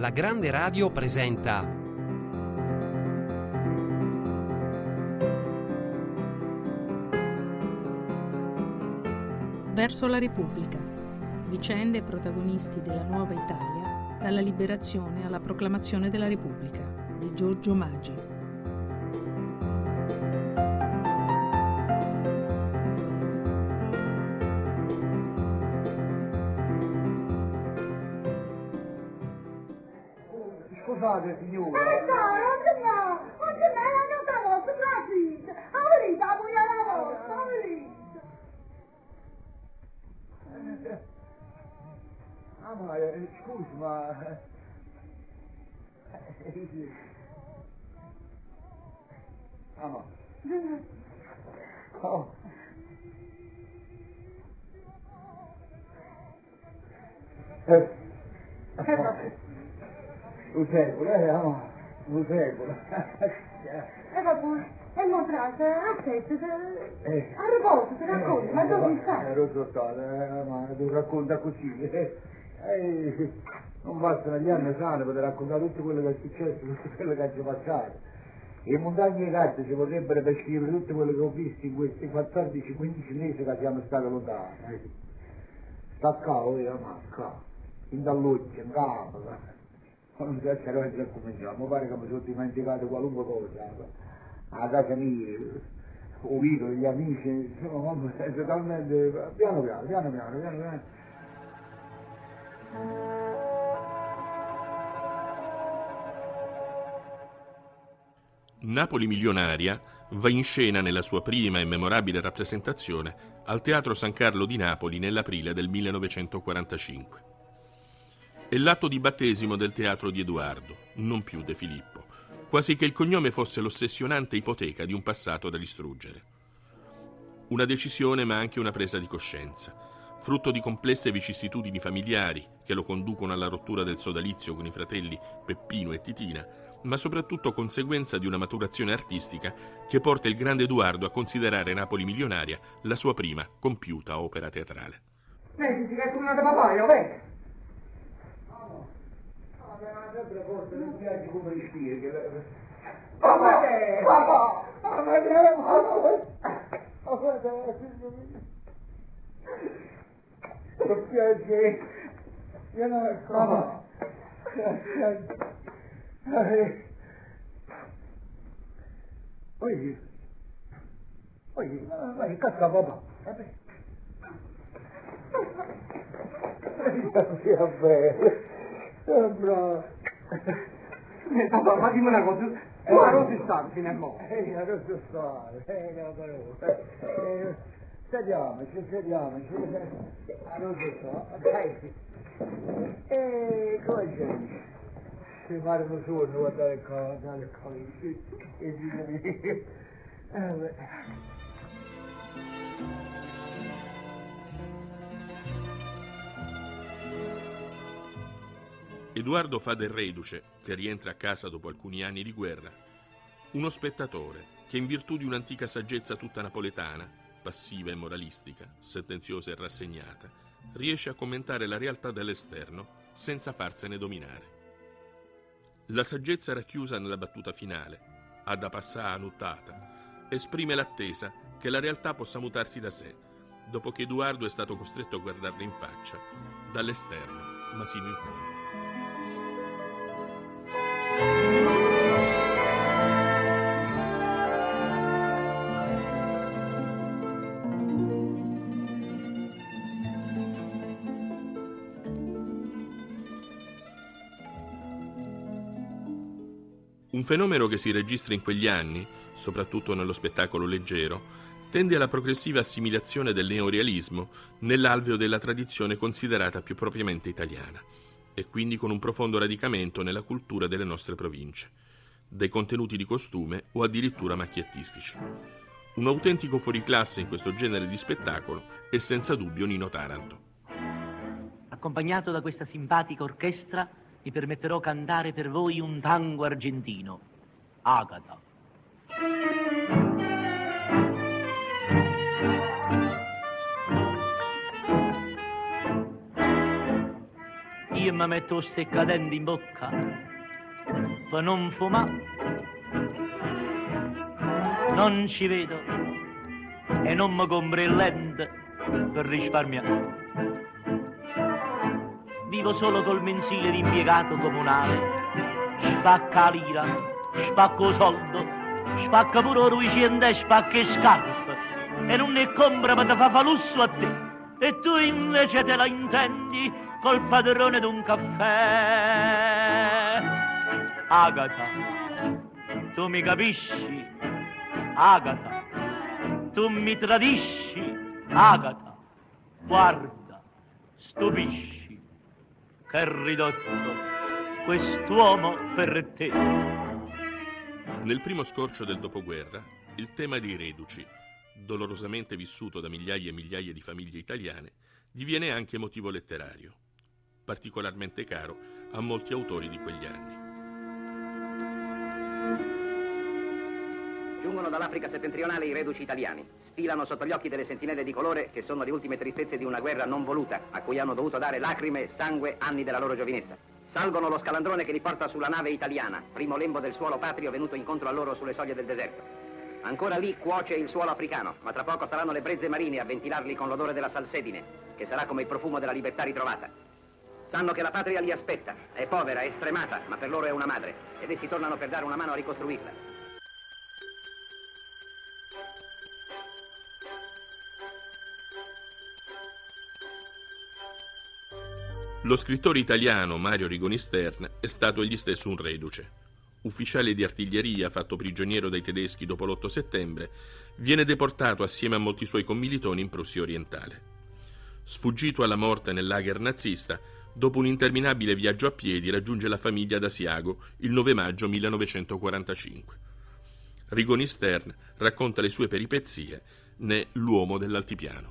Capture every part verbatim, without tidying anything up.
La Grande Radio presenta Verso la Repubblica. Vicende e protagonisti della nuova Italia, dalla liberazione alla proclamazione della Repubblica, di Giorgio Maggi. Scusate signora. Eh no, non te no, non te ne la nota vostra, grazie. Avrete la pugna la vostra, avrete. Ah ma eh, scusi ma... Eh, sì. Ah ma... Oh. Eh. Un secolo, eh, no, un secolo. E vabbè, e mostrate, aspetta, Eh. a riposo, ti racconto, ma dove stai? Ero soltanto, eh, ma tu racconta così. Eh, eh, non bastano gli anni sani per raccontare tutto quello che è successo, tutto quello che ci è passato. Le montagne carte ci potrebbero descrivere tutto quello che ho visto in questi quattordici quindici mesi che siamo stati lontani. Eh. Sta qua, eh, ma qua, in dall'occhio, in capo. Non so se oggi è cominciato, mi pare che mi sono dimenticato qualunque cosa. A casa mia, ho visto gli amici, insomma, è totalmente... Piano piano, piano piano, piano piano. Napoli milionaria va in scena nella sua prima e memorabile rappresentazione al Teatro San Carlo di Napoli nell'aprile del millenovecentoquarantacinque. È l'atto di battesimo del teatro di Edoardo, non più De Filippo, quasi che il cognome fosse l'ossessionante ipoteca di un passato da distruggere. Una decisione ma anche una presa di coscienza, frutto di complesse vicissitudini familiari che lo conducono alla rottura del sodalizio con i fratelli Peppino e Titina, ma soprattutto conseguenza di una maturazione artistica che porta il grande Edoardo a considerare Napoli milionaria la sua prima compiuta opera teatrale. Lei si è tornato papà, vedi? Sempre forse non piace come respiri che... Papà! Papà! Papà! Papà! Per piacere! Io non è papà! Poi... Poi... Poi cazzo papà! Sia bello! Sia bravo! Eh, papà, ma dimmi una cosa, tu a cosa stai fino a mo'? Eh, a cosa stai? Eh, no, però, eh, sediamoci, sediamoci, a cosa stai? Dai, eh, come c'è? Si pare un giorno, guardate qua, guardate qua, e dimmi, eh, beh. Edoardo fa del reduce, che rientra a casa dopo alcuni anni di guerra, uno spettatore che in virtù di un'antica saggezza tutta napoletana, passiva e moralistica, sentenziosa e rassegnata, riesce a commentare la realtà dall'esterno senza farsene dominare. La saggezza racchiusa nella battuta finale, "Ada passà annuttata", esprime l'attesa che la realtà possa mutarsi da sé, dopo che Edoardo è stato costretto a guardarla in faccia, dall'esterno, ma sino in fondo. Un fenomeno che si registra in quegli anni, soprattutto nello spettacolo leggero, tende alla progressiva assimilazione del neorealismo nell'alveo della tradizione considerata più propriamente italiana, e quindi con un profondo radicamento nella cultura delle nostre province, dai contenuti di costume o addirittura macchiettistici. Un autentico fuoriclasse in questo genere di spettacolo è senza dubbio Nino Taranto. Accompagnato da questa simpatica orchestra, mi permetterò cantare per voi un tango argentino, Agata. mi metto steccadenti in bocca per non fumare, non ci vedo e non mi compro il lente per risparmiare. Vivo solo col mensile di impiegato comunale, spacca la lira, spacco soldo, spacca pure ruicende e spacca e scarpe, e non ne compra per te fa falusso a te, e tu invece te la intendi col padrone d'un caffè. Agata, tu mi capisci? Agata, tu mi tradisci? Agata, guarda, stupisci. Che ridotto quest'uomo per te. Nel primo scorcio del dopoguerra, il tema dei reduci, dolorosamente vissuto da migliaia e migliaia di famiglie italiane, diviene anche motivo letterario, particolarmente caro a molti autori di quegli anni. Giungono dall'Africa settentrionale i reduci italiani. Sfilano sotto gli occhi delle sentinelle di colore che sono le ultime tristezze di una guerra non voluta, a cui hanno dovuto dare lacrime, sangue, anni della loro giovinezza. Salgono lo scalandrone che li porta sulla nave italiana, primo lembo del suolo patrio venuto incontro a loro sulle soglie del deserto. Ancora lì cuoce il suolo africano, ma tra poco saranno le brezze marine a ventilarli con l'odore della salsedine, che sarà come il profumo della libertà ritrovata. Sanno che la patria li aspetta, è povera, è stremata, ma per loro è una madre, ed essi tornano per dare una mano a ricostruirla. Lo scrittore italiano Mario Rigoni Stern è stato egli stesso un reduce. Ufficiale di artiglieria fatto prigioniero dai tedeschi dopo l'otto settembre, viene deportato assieme a molti suoi commilitoni in Prussia orientale. Sfuggito alla morte nel lager nazista, dopo un interminabile viaggio a piedi raggiunge la famiglia ad Asiago il nove maggio millenovecentoquarantacinque. Rigoni Stern racconta le sue peripezie ne L'uomo dell'altipiano.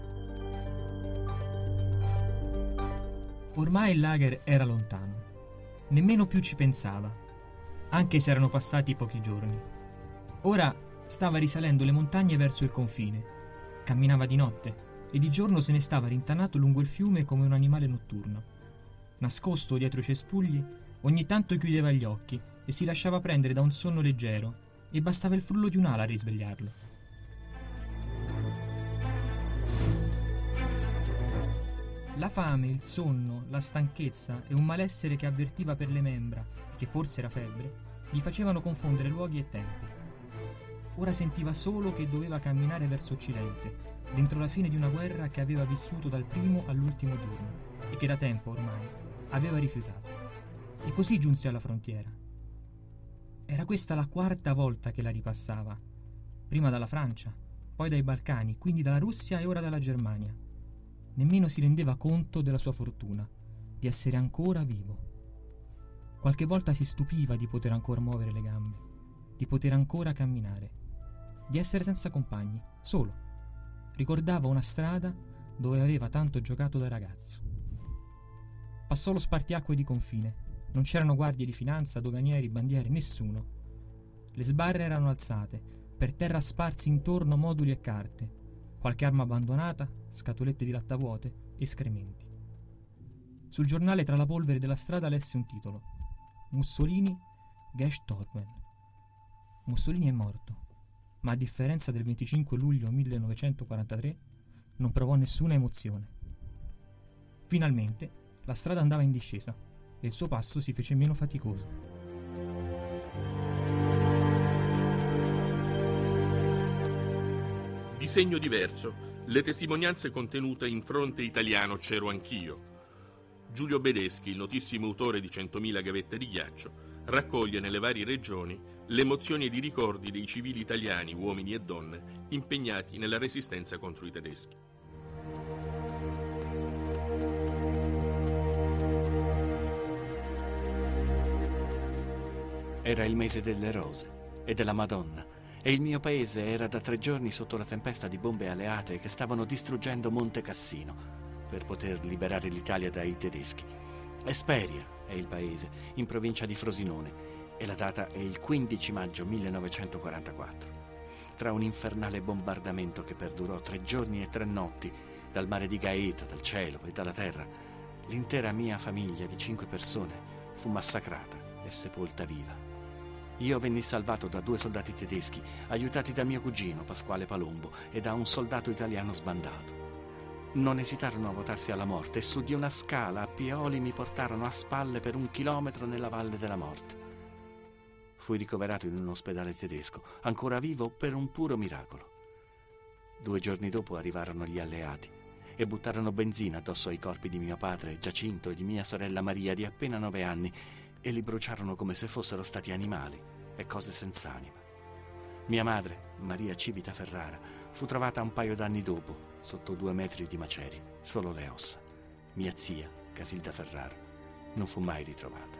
Ormai il lager era lontano, nemmeno più ci pensava, anche se erano passati pochi giorni. Ora stava risalendo le montagne verso il confine, camminava di notte e di giorno se ne stava rintanato lungo il fiume come un animale notturno. Nascosto dietro i cespugli, ogni tanto chiudeva gli occhi e si lasciava prendere da un sonno leggero e bastava il frullo di un'ala a risvegliarlo. La fame, il sonno, la stanchezza e un malessere che avvertiva per le membra, che forse era febbre, gli facevano confondere luoghi e tempi. Ora sentiva solo che doveva camminare verso occidente, dentro la fine di una guerra che aveva vissuto dal primo all'ultimo giorno e che da tempo ormai aveva rifiutato. E così giunse alla frontiera. Era questa la quarta volta che la ripassava, prima dalla Francia, poi dai Balcani, quindi dalla Russia e ora dalla Germania. Nemmeno si rendeva conto della sua fortuna, di essere ancora vivo. Qualche volta si stupiva di poter ancora muovere le gambe, di poter ancora camminare, di essere senza compagni, solo. Ricordava una strada dove aveva tanto giocato da ragazzo. Passò lo spartiacque di confine. Non c'erano guardie di finanza, doganieri, bandiere, nessuno. Le sbarre erano alzate, per terra sparsi intorno moduli e carte, qualche arma abbandonata, scatolette di latta vuote, escrementi. Sul giornale tra la polvere della strada lesse un titolo: Mussolini gestorben. Mussolini è morto, ma a differenza del venticinque luglio millenovecentoquarantatré non provò nessuna emozione. Finalmente la strada andava in discesa e il suo passo si fece meno faticoso. Di segno diverso le testimonianze contenute in Fronte Italiano c'ero anch'io. Giulio Bedeschi, il notissimo autore di centomila gavette di ghiaccio, raccoglie nelle varie regioni le emozioni ed i ricordi dei civili italiani, uomini e donne, impegnati nella resistenza contro i tedeschi. Era il mese delle rose e della Madonna, e il mio paese era da tre giorni sotto la tempesta di bombe alleate che stavano distruggendo Monte Cassino per poter liberare l'Italia dai tedeschi. Esperia è il paese, in provincia di Frosinone, e la data è il quindici maggio millenovecentoquarantaquattro. Tra un infernale bombardamento che perdurò tre giorni e tre notti, dal mare di Gaeta, dal cielo e dalla terra, l'intera mia famiglia di cinque persone fu massacrata e sepolta viva. Io venni salvato da due soldati tedeschi, aiutati da mio cugino Pasquale Palombo e da un soldato italiano sbandato. Non esitarono a votarsi alla morte e su di una scala a pioli mi portarono a spalle per un chilometro nella Valle della Morte. Fui ricoverato in un ospedale tedesco, ancora vivo per un puro miracolo. Due giorni dopo arrivarono gli alleati e buttarono benzina addosso ai corpi di mio padre Giacinto e di mia sorella Maria di appena nove anni e li bruciarono come se fossero stati animali e cose senz'anima. Mia madre, Maria Civita Ferrara, fu trovata un paio d'anni dopo, sotto due metri di macerie, solo le ossa. Mia zia, Casilda Ferrara, non fu mai ritrovata.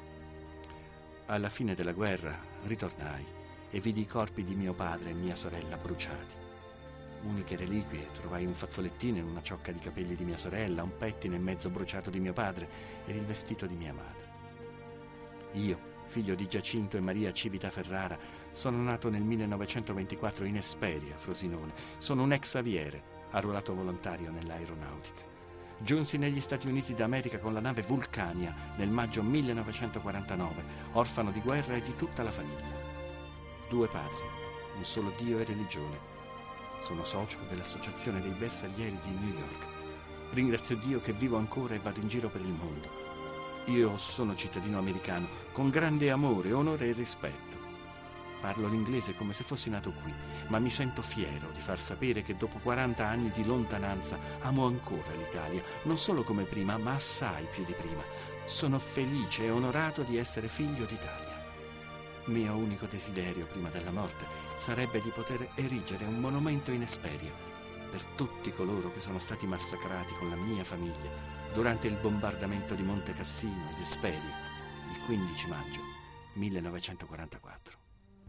Alla fine della guerra ritornai e vidi i corpi di mio padre e mia sorella bruciati. Uniche reliquie, trovai un fazzolettino e una ciocca di capelli di mia sorella, un pettine mezzo bruciato di mio padre ed il vestito di mia madre. Io, figlio di Giacinto e Maria Civita Ferrara, sono nato nel millenovecentoventiquattro in Esperia, Frosinone. Sono un ex aviere, arruolato volontario nell'aeronautica. Giunsi negli Stati Uniti d'America con la nave Vulcania nel maggio millenovecentoquarantanove, orfano di guerra e di tutta la famiglia. Due padri, un solo Dio e religione. Sono socio dell'Associazione dei Bersaglieri di New York. Ringrazio Dio che vivo ancora e vado in giro per il mondo. Io sono cittadino americano, con grande amore, onore e rispetto. Parlo l'inglese come se fossi nato qui, ma mi sento fiero di far sapere che dopo quaranta anni di lontananza amo ancora l'Italia, non solo come prima, ma assai più di prima. Sono felice e onorato di essere figlio d'Italia. Mio unico desiderio prima della morte sarebbe di poter erigere un monumento in Esperia per tutti coloro che sono stati massacrati con la mia famiglia durante il bombardamento di Monte Cassino ed Esperia il quindici maggio millenovecentoquarantaquattro.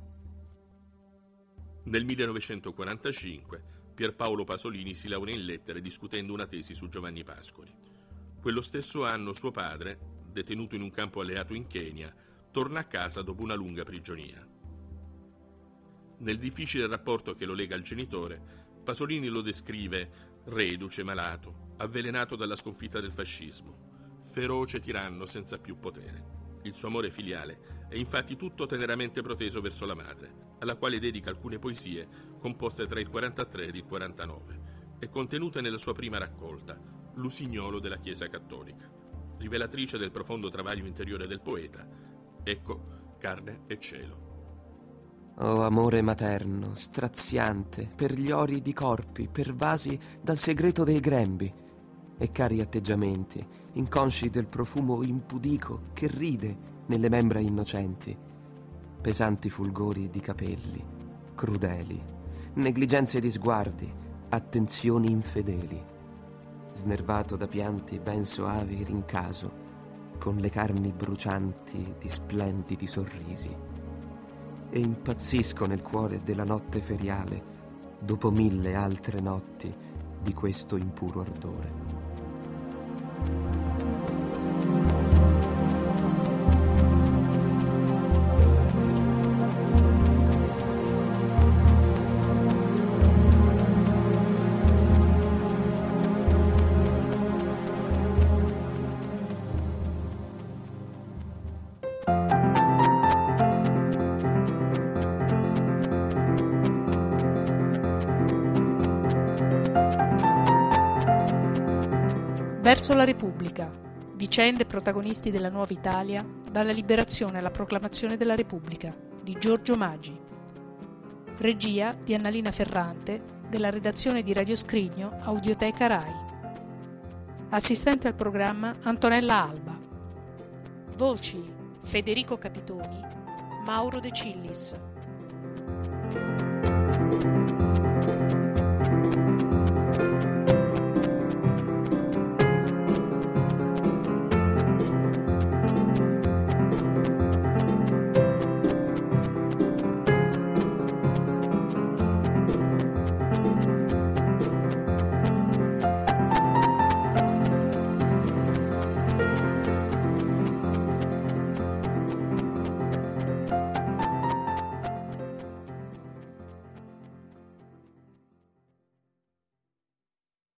Nel millenovecentoquarantacinque Pierpaolo Pasolini si laurea in lettere discutendo una tesi su Giovanni Pascoli. Quello stesso anno suo padre, detenuto in un campo alleato in Kenya, torna a casa dopo una lunga prigionia. Nel difficile rapporto che lo lega al genitore, Pasolini lo descrive reduce, malato, avvelenato dalla sconfitta del fascismo, feroce tiranno senza più potere. Il suo amore filiale è infatti tutto teneramente proteso verso la madre, alla quale dedica alcune poesie composte tra il quarantatré ed il quarantanove e contenute nella sua prima raccolta, L'usignolo della Chiesa Cattolica, rivelatrice del profondo travaglio interiore del poeta. Ecco Carne e cielo. Oh amore materno, straziante, per gli ori di corpi, pervasi dal segreto dei grembi, e cari atteggiamenti, inconsci del profumo impudico che ride nelle membra innocenti, pesanti fulgori di capelli, crudeli, negligenze di sguardi, attenzioni infedeli, snervato da pianti ben soavi rincaso, con le carni brucianti di splendidi sorrisi, e impazzisco nel cuore della notte feriale dopo mille altre notti di questo impuro ardore. Verso la Repubblica. Vicende e protagonisti della nuova Italia, dalla liberazione alla proclamazione della Repubblica, di Giorgio Maggi. Regia di Annalina Ferrante, della redazione di Radio Scrigno, Audioteca Rai. Assistente al programma Antonella Alba. Voci: Federico Capitoni, Mauro De Cillis.